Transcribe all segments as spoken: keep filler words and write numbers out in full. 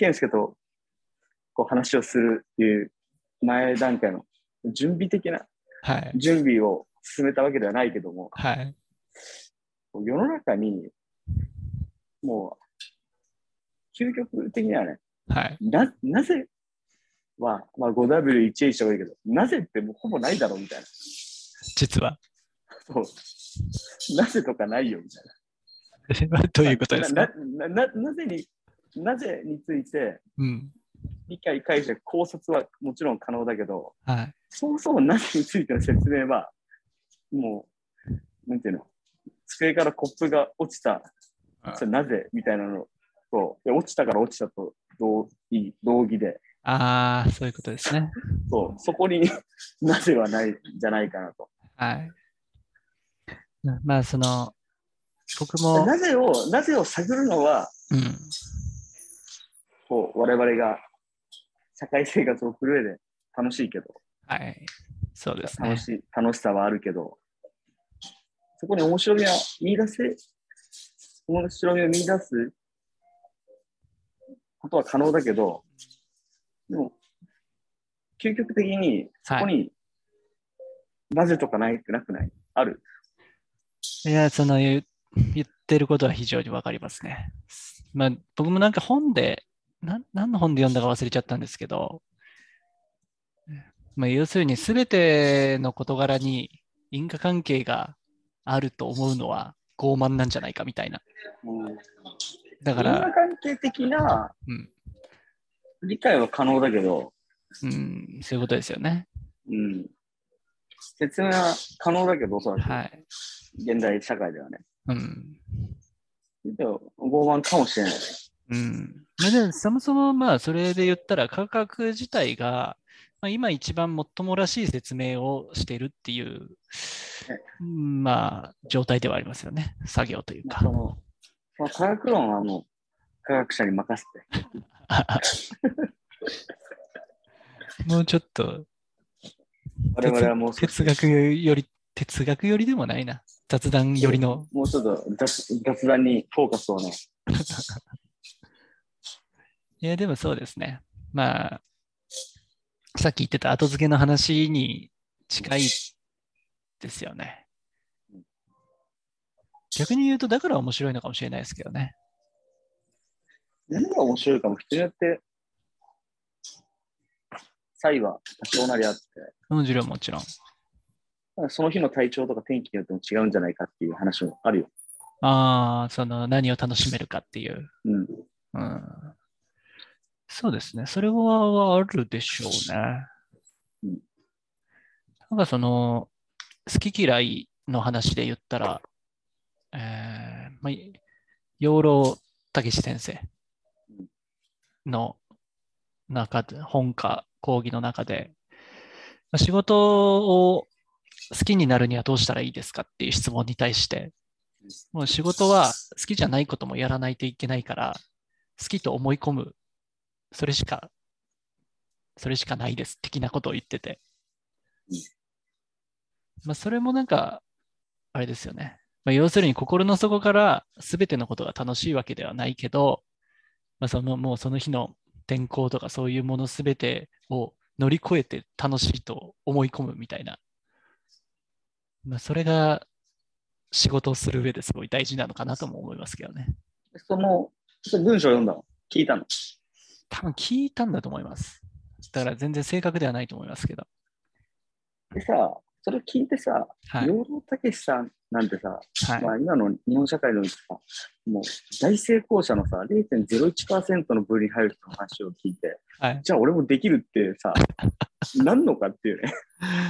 健介とこう話をするっていう前段階の準備的な準備を進めたわけではないけども、 はい、 世の中にもう究極的にはね、 はい、 な, なぜは、まあ、ファイブダブリューワンエイチ がいいけど、なぜってもうほぼないだろうみたいな。 実は。 そう。なぜとかないよみたいな。どういうことですか？ な, な, な, なぜに、なぜについて、 うん、 理解、解釈、考察はもちろん可能だけど、 はい、 そもそもなぜについての説明は、もう、なんていうの、机からコップが落ちた、それなぜみたいなのと、いや落ちたから落ちたと同意同義で、 ああ、そういうことですね。 そう、そこになぜはないんじゃないかなと。 はい。まあ、その、僕も、 なぜを、なぜを探るのは、 うん、 こう我々が社会生活を送る上で楽しいけど、 はい、そうですね。 楽しい、楽しさはあるけど、そこに面白みは見出せ、面白みを見出すことは可能だけど、でも、究極的にそこになぜとかないってなくない？ある？ いや、その言言ってることは非常にわかりますね。まあ、僕もなんか本で、な何の本で読んだか忘れちゃったんですけど、まあ、要するに全ての事柄に因果関係があると思うのは傲慢なんじゃないかみたいな。 うん、 だから、 因果関係的な理解は可能だけど、 うん、うん、そういうことですよね。 うん、説明は可能だけど、おそらく、 はい。 現代社会ではね。 うん。 でも傲慢かもしれない。 うん。まあ、でもそもそもまあそれで言ったら価格自体が、まあ、今一番もっともらしい説明をしているっていう、まあ状態ではありますよね。作業というか。 そのその科学論はもう科学者に任せて。 もうちょっと我々はもう少し哲学より、哲学よりでもないな。雑談よりの。 もうちょっと 雑, 雑談にフォーカスをね。 いや、でもそうですね。まあ、さっき言ってた後付けの話に近いですよね。逆に言うと、だから面白いのかもしれないですけどね。 何が面白いかも人によって差異は多少なりあって、 もちろんもちろん。 その日の体調とか天気によっても違うんじゃないかっていう話もあるよ。 ああ、その何を楽しめるかっていう。 うん。 うん、そうですね。それはあるでしょうね。 うん、 なんかその、好き嫌いの話で言ったら、えーまあ、養老孟司先生の中で、本か講義の中で、仕事を好きになるにはどうしたらいいですかっていう質問に対して、もう仕事は好きじゃないこともやらないといけないから、好きと思い込む、それしか、それしかないです的なことを言ってて。まあ、それもなんか、あれですよね。まあ、要するに心の底から全てのことが楽しいわけではないけど、まあ、そのもうその日の天候とかそういうもの全てを乗り越えて楽しいと思い込むみたいな。まあ、それが仕事をする上ですごい大事なのかなとも思いますけどね。 その、その文章を読んだの？聞いたの？ 多分聞いたんだと思います。だから全然正確ではないと思いますけど。 でさ、それ聞いてさ、 はい。 養老孟司さんなんてさ、 はい。 まあ、今の日本社会のさ、もう大成功者のさ、ゼロてんゼロいちパーセント の部に入る人の話を聞いて、 はい。 じゃあ俺もできるってさ、なんのかっていうね。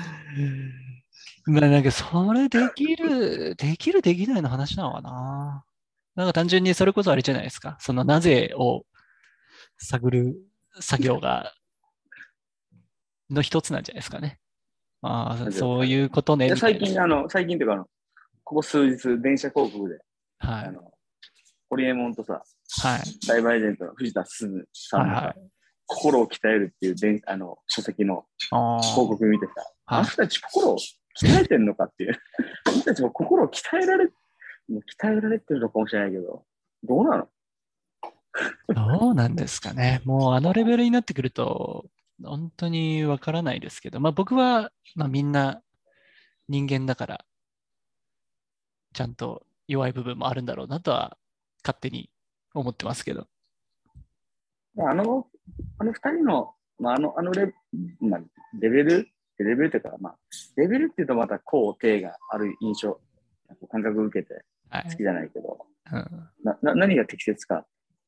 まあなんかそれできる、できる、できないの話なのかな。なんか単純にそれこそあれじゃないですか。そのなぜを探る作業が、の一つなんじゃないですかね。ああ、そういうことね、 でみたいな。 最近、あの、最近というかあの、ここ数日、電車広告で、 はい。 あの、ホリエモンとさ、 はい。 大バイデントの藤田進さんのさ、 はいはい。 心を鍛えるっていうであの書籍のあ広告見てさ、 あ。 あの人たち心を鍛えてんのかっていう。あの人たちも心を鍛えられ、もう鍛えられてるのかもしれないけど、どうなの？ どうなんですかね。もうあのレベルになってくると、本当にわからないですけど、まあ僕は、まあみんな人間だから、ちゃんと弱い部分もあるんだろうなとは、勝手に思ってますけど。 あの、あの二人の、まあ、あの、あのレ、まあ、レベル、レベルというか、まあ、レベルっていうとまた高低がある印象、感覚を受けてはい。 好きじゃないけど、 うん、 な、な何が適切か、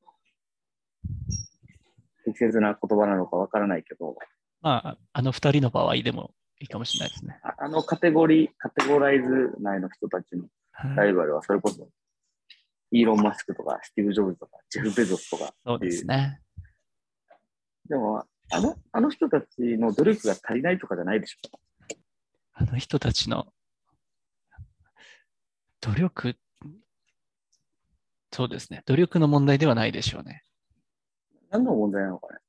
適切な言葉なのかわからないけど、 まあ、あの二人の場合でもいいかもしれないですね。 ああのカテゴリー、カテゴライズ内の人たちのはい。 ライバルはそれこそ、イーロン・マスクとか、スティーブ・ジョブズとか、ジェフ・ベゾスとかっそうていう。 ですね。 でも、あの、あの人たちの努力が足りないとかじゃないでしょ。 あの人たちの努力、そうですね。努力の問題ではないでしょうね。 何の問題なのかね。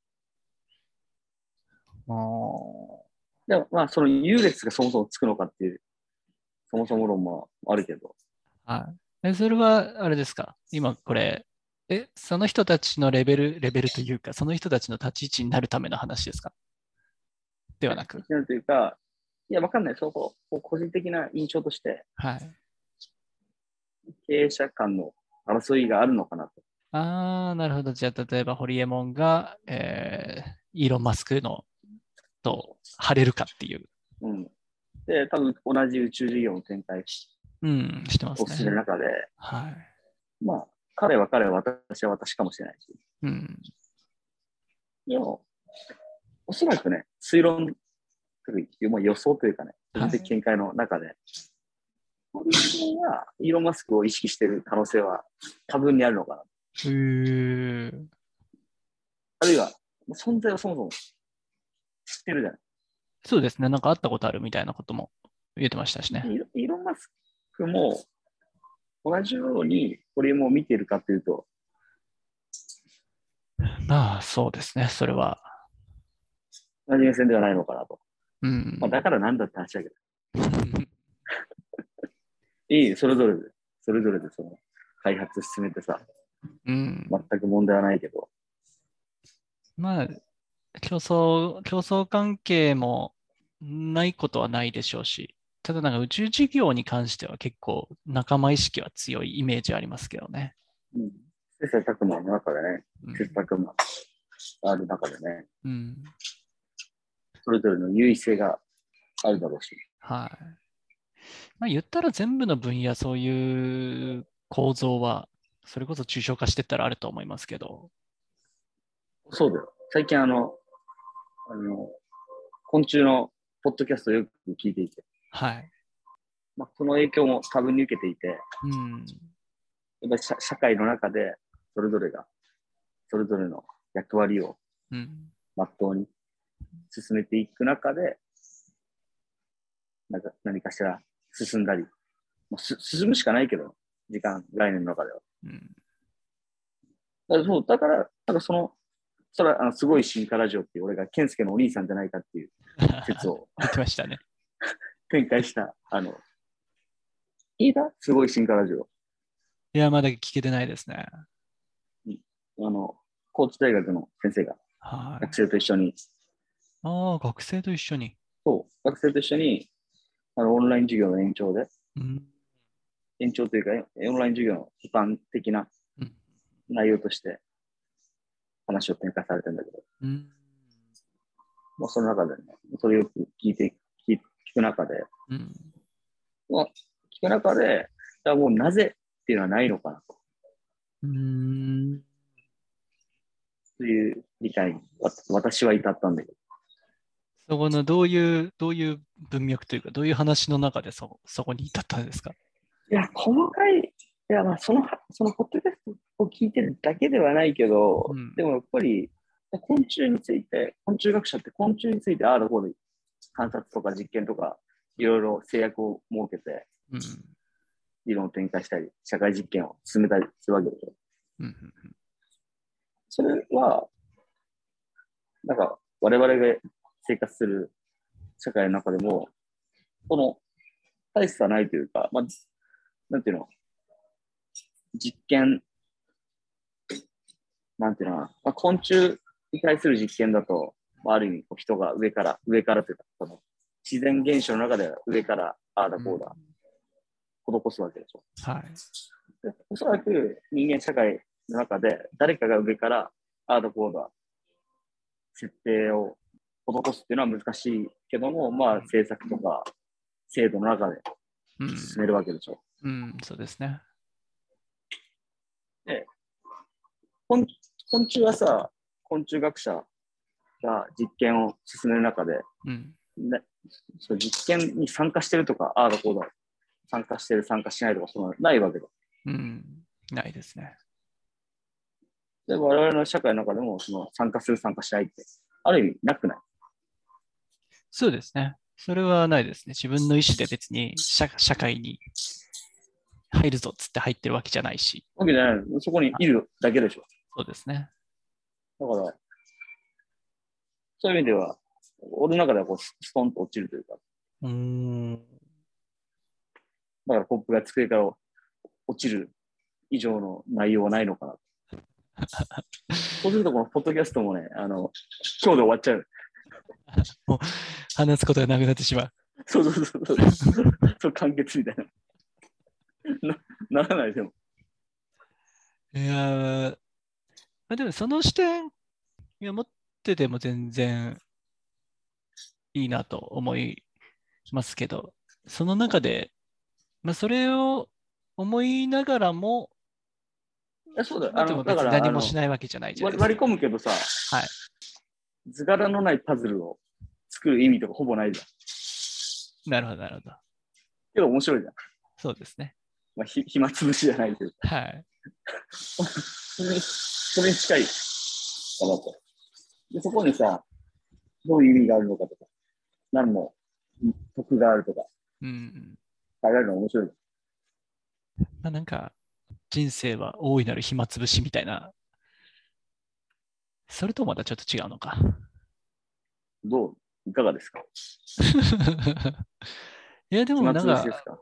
もでも、まあ、その優劣がそもそもつくのかっていう、そもそも論もあるけど、 う、はい。え、それは、あれですか。今これ、え、その人たちのレベル、レベルというか、その人たちの立ち位置になるための話ですか？ではなく。 なるというか、いや、わかんない。そうこう、個人的な印象として、 はい。 経営者間の争いがあるのかなと。 ああ、なるほど。じゃあ、例えば、ホリエモンが、えーイーロン・マスクのとそうそ晴れるかっていう。 う。うん。で、多分同じ宇宙事業の展開うん、してまをすね。 する中で、 はい。 まあ、彼は彼は私は私かもしれないし、 うん。 でも、おそらくね、推論という、まあ、予想というかね、個人的はい。 見解の中で、ホリエモンはイーロン・マスクを意識している可能性は多分にあるのかな。 うー、 あるいは、存在をそもそも知ってるじゃない。 そうですね。なんか会ったことあるみたいなことも言ってましたしね。 でイーロン・マスクも同じようにホリエモンを見ているかというと、 まあ、そうですね。それは。 同じ目線ではないのかなと。 うまあ、 ん。 だからなんだって話だけど、いい、それぞれで、それぞれでその開発進めてさ、 うん。 全く問題はないけど、 まあ、競争、競争関係もないことはないでしょうし、ただなんか宇宙事業に関しては結構仲間意識は強いイメージありますけどね。 うん。切磋琢磨の中でね、 うん。 切磋琢磨がある中でね、 うん。 それぞれの優位性があるだろうし。 はい。まあ言ったら全部の分野そういう構造は、それこそ抽象化してったらあると思いますけど。 そうだよ。最近あの、あの、昆虫のポッドキャストをよく聞いていて、 はい。 まあ、その影響も多分に受けていて、やっうん。 ぱり社社会の中でそれぞれが、それぞれの役割をうん。 全うに進めていく中で、なんか何かしら進んだり、まあ、す進むしかないけど、時間、概念の中では。 うん。 だからそう、だから、だからその、それはあのすごい進化ラジオっていう俺が健介のお兄さんじゃないかっていう説を言ってましたね。 展開した、あの、いいだすごい進化ラジオ。 いや、まだ聞けてないですね。 あの、高知大学の先生がはい。 学生と一緒に、 ああ、学生と一緒に。 そう、学生と一緒に、あの、オンライン授業の延長で、 うん。 延長というか、オンライン授業の一般的なうん。 内容として話を展開されてるんだけど、 うん。 もうその中でね、それをよく聞いて、聞聞く中で、 うん。 まあ、聞く中で、だもうなぜっていうのはないのかなと。 うん。 という理解に私は至ったんだけど。 そこのどういう、どういう文脈というか、どういう話の中でそ、そこに至ったんですか？ いや、細かい、いや、まあ、その、そのポッドキャストを聞いてるだけではないけど、 うん。 でもやっぱり、昆虫について、昆虫学者って昆虫についてああだこうで観察とか実験とか、いろいろ制約を設けて、 うん。 理論を展開したり、社会実験を進めたりするわけでしょ。 うん。 それは、なんか、我々が生活する社会の中でも、この、大差ないというか、まあ、なんていうの、実験なんていうのかな、まあ、昆虫に対する実験だと、まあ、ある意味人が上から、上からというか、その自然現象の中では上からああだこうだ、施すわけでしょ。 はい。 でおそらく人間社会の中で誰かが上からああだこうだ設定を施すっていうのは難しいけども、まあ政策とか制度の中で進めるわけでしょ。 うん、うん、そうですね。 で、昆虫はさ、昆虫学者が実験を進める中で、 うん、 ね、そう実験に参加してるとか、ああだこうだ、参加してる、参加しないとか、そのないわけだ。 うん、ないですね。 で、我々の社会の中でも、その参加する、参加しないって、ある意味なくない？ そうですね。それはないですね。自分の意思で別に 社, 社会に入るぞっつって入ってるわけじゃないし。 わけじゃないの。そこにいるだけでしょ。 そうですね。 だから、そういう意味では、俺の中ではこうストンと落ちるというか、 うーん。 だからコップが机から落ちる以上の内容はないのかな。そうすると、このポッドキャストもね、あの、今日で終わっちゃう。 もう話すことがなくなってしまう。 そうそうそうそう。そう完結みたいな。な, ならないでも。 いやー、まあ、でもその視点いや持ってても全然いいなと思いますけど、その中で、まあ、それを思いながらも、 いやそうだよ。 まあ、でもあの、だから、 別に何もあの、 しないわけじゃないじゃない割割ですか。 り込むけどさ、 はい。 図柄のないパズルを作る意味とかほぼないじゃん。 なるほど、なるほど。 けど面白いじゃん。 そうですね。 まあ、ひ暇つぶしじゃないというか。 はい。 それに、それに近いかなと。で、そこにさ、どういう意味があるのかとか、何の得があるとか、 うん。 考えるの面白い。 まあ、なんか、人生は大いなる暇つぶしみたいな、それとまたちょっと違うのか。 どういかがですか？ いや、でも暇なんか、 つぶしですか？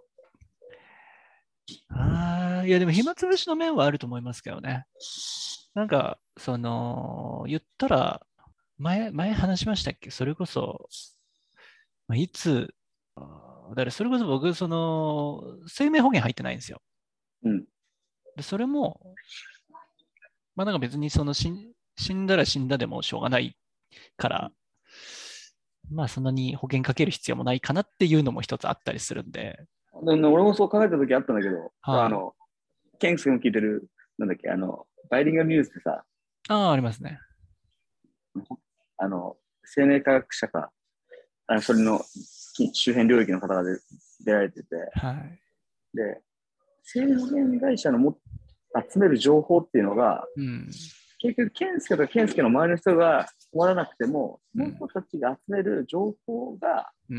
ああ、いや、でも暇つぶしの面はあると思いますけどね。なんか、その、言ったら、前、前話しましたっけ？それこそ、まあいつ、あーだからそれこそ僕、その、生命保険入ってないんですよ。 うん。 で、それも、まあなんか別にその死ん、死んだら死んだでもしょうがないから、まあそんなに保険かける必要もないかなっていうのも一つあったりするんで、 でもね、俺もそう考えた時あったんだけど、 はい。 あの、ケンス君聞いてる、なんだっけ、あの、バイリンガルニュースでさ、 ああ、ありますね。 あの、生命科学者か、あのそれの周辺領域の方が出出られてて、 はい。 で、生命保険会社のも集める情報っていうのが、 うん。 結局、ケンスケとケンスケの周りの人が困らなくても、そのうん。 人たちが集める情報がうん。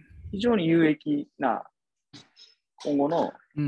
非常に有益な、今後のうん。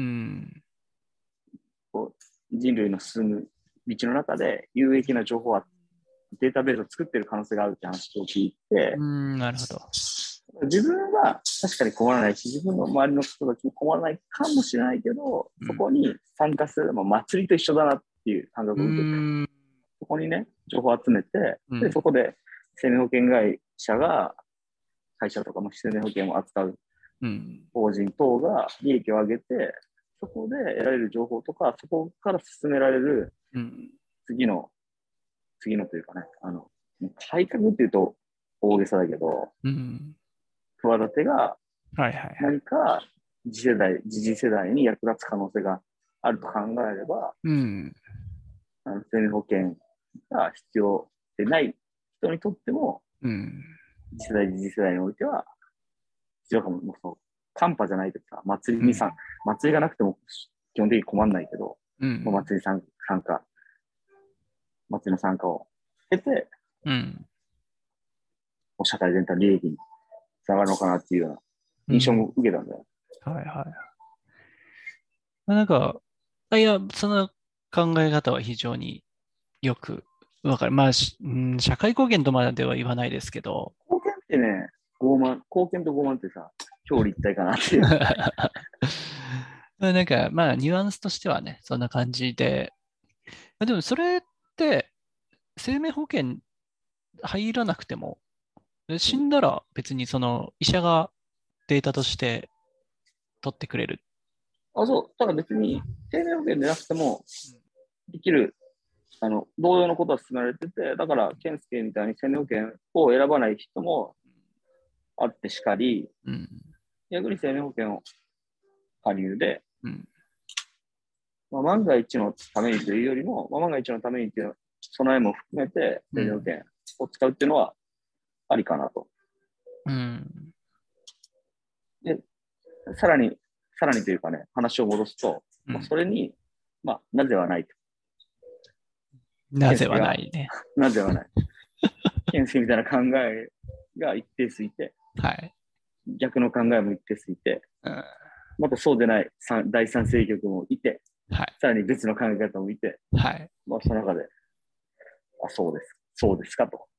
こう人類の進む道の中で有益な情報はデータベースを作っている可能性があるって話を聞いて、 うん、なるほど。 自分は確かに困らないし、自分の周りの人たちも困らないかもしれないけど、 うん、 そこに参加する、まあ、祭りと一緒だなっていう感覚うを受けて、 ん。 そこにね、情報を集めて、で、 うん。 そこで生命保険会社が、会社とかも生命保険を扱ううん。 法人等が利益を上げて、そこで得られる情報とか、そこから進められるうん。 次の、次のというかね、あの、改革っていうと大げさだけど、 うん。 企てがはいはいはい。 何か次世代、次次世代に役立つ可能性があると考えれば、 うん。 あの生命保険が必要でない人にとっても、 うん。 次世代、次次世代においては必要かも。もうそうカンパじゃないとか、祭りにさ、 うん。 祭りがなくても基本的に困んないけど、 うん。 もう祭り参加、祭りの参加を経て、 うん。 社会全体の利益につながるのかなっていうような印象も受けたんだよ。 はいはい。まあなんか、あ、いや、その考え方は非常によくわかる。まあ、しうん、社会貢献とまでは言わないですけど、 貢献ってね、傲慢、貢献と傲慢ってさ、表裏一体かなっていう。 まあなんか、まあ、ニュアンスとしてはね、そんな感じで、まあ、でもそれって、 生命保険入らなくても、死んだら別にその医者がデータとして取ってくれる。 あ、そう。ただ別に生命保険でなくてもできる、あの、同様のことは進められてて、だから、健介みたいに生命保険を選ばない人もあってしかり、 うん、 逆に生命保険を加入で、 うん、 まあ、万が一のためにというよりも、まあ、万が一のためにという備えも含めて生命保険を使うっていうのはありかなと。 うん、 で、さらに、さらにというかね、話を戻すと、まあ、それに、まあ、なぜはないと。 なぜはないね。 なぜはない。健介みたいな考えが一定数いて、 はい、 逆の考えも一定数いて、うん、またそうでない第三勢力もいて、はい、さらに別の考え方もいて、はい、まあ、その中で、あ、そうです、そうですかと。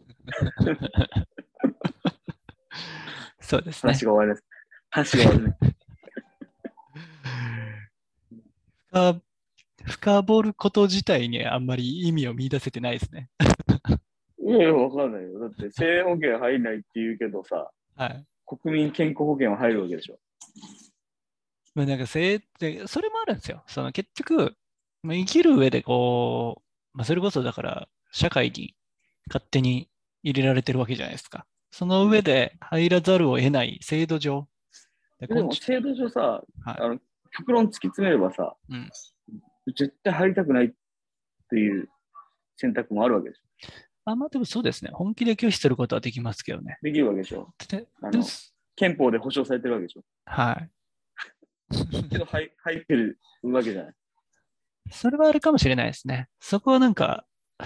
そうですね。 話が終わりです。話が終わりです。 深、深掘ること自体にあんまり意味を見出せてないですね。 いやいや、わかんないよ。だって生命保険入んないって言うけどさ、はい、国民健康保険は入るわけでしょ。 まあなんかせでそれもあるんですよ。その結局、まあ、生きる上でこう、まあ、それこそだから社会に勝手に入れられてるわけじゃないですか。その上で入らざるを得ない制度上。 でも制度上さ、はい、あの極論突き詰めればさ、うん、絶対入りたくないっていう選択もあるわけですよ。 あ、まあでもそうですね。本気で拒否することはできますけどね。 できるわけでしょ。あの憲法で保障されてるわけでしょ。 はい。 けど入入ってるわけじゃない。 それはあるかもしれないですね。そこはなんか、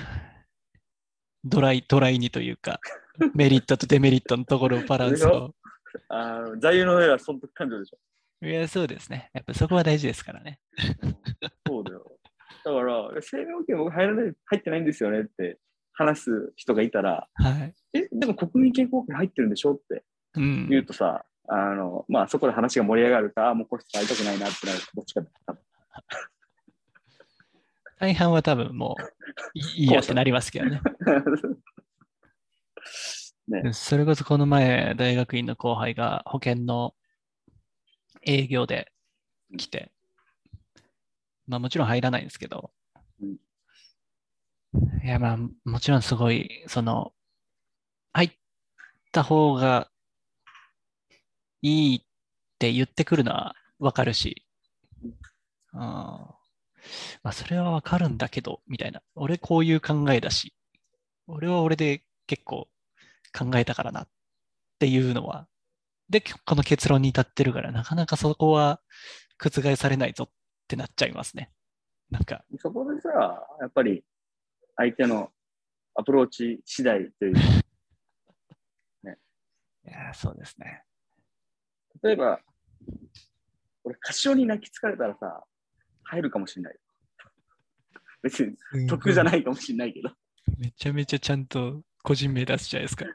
ドライ、ドライにというか、メリットとデメリットのところをバランスを。 ああ、座右の上は損得感情でしょ。 いや、そうですね。やっぱそこは大事ですからね。 そうだよ。だから、生命保険僕入らない、入ってないんですよねって話す人がいたら、はい、え、でも国民健康保険入ってるんでしょって言うとさ、うん、あの、まあそこで話が盛り上がるか、あもうこれ入りたくないなってなるどっちかって多分。 大半は多分もういいやってなりますけどね。ね、それこそこの前、大学院の後輩が保険の営業で来て、まあもちろん入らないんですけど、うん、いやまあもちろんすごい、その、入った方がいいって言ってくるのはわかるし、うん、まあそれはわかるんだけど、みたいな。俺こういう考えだし、俺は俺で結構考えたからなっていうのは、で、この結論に至ってるから、なかなかそこは覆されないぞってなっちゃいますね。なんか。 そこでさ、やっぱり相手のアプローチ次第というか、 ね。いや、そうですね。 例えば、俺、カシオに泣きつかれたらさ、入るかもしれない。別に得じゃないかもしれないけど。 めちゃめちゃちゃんと個人名出すじゃないですか。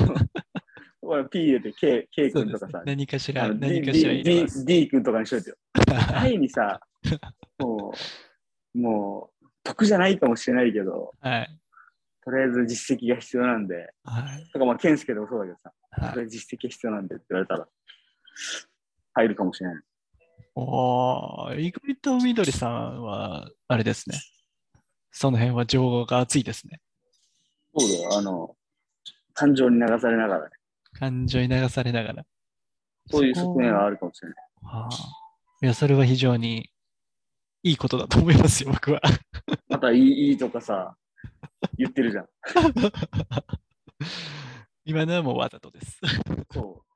P 入れて K, K 君とかさ、 ね、何かしら、何かしら入れます。 D, D, D 君とかにしといてよ。愛にさ、もう、もう、得じゃないかもしれないけど、はい、とりあえず実績が必要なんで、はい、とかまあ、健介でもそうだけどさ、はい、とりあえず実績が必要なんでって言われたら、入るかもしれない。 おー、意外とみどりさんは、あれですね。その辺は情報が熱いですね。 そうだよ、あの、感情に流されながらね。 感情に流されながら。 そういう側面はあるかもしれない。 はあ、いや、それは非常にいいことだと思いますよ、僕は。 またいい、いいとかさ、言ってるじゃん。 今のはもうわざとです。 そう。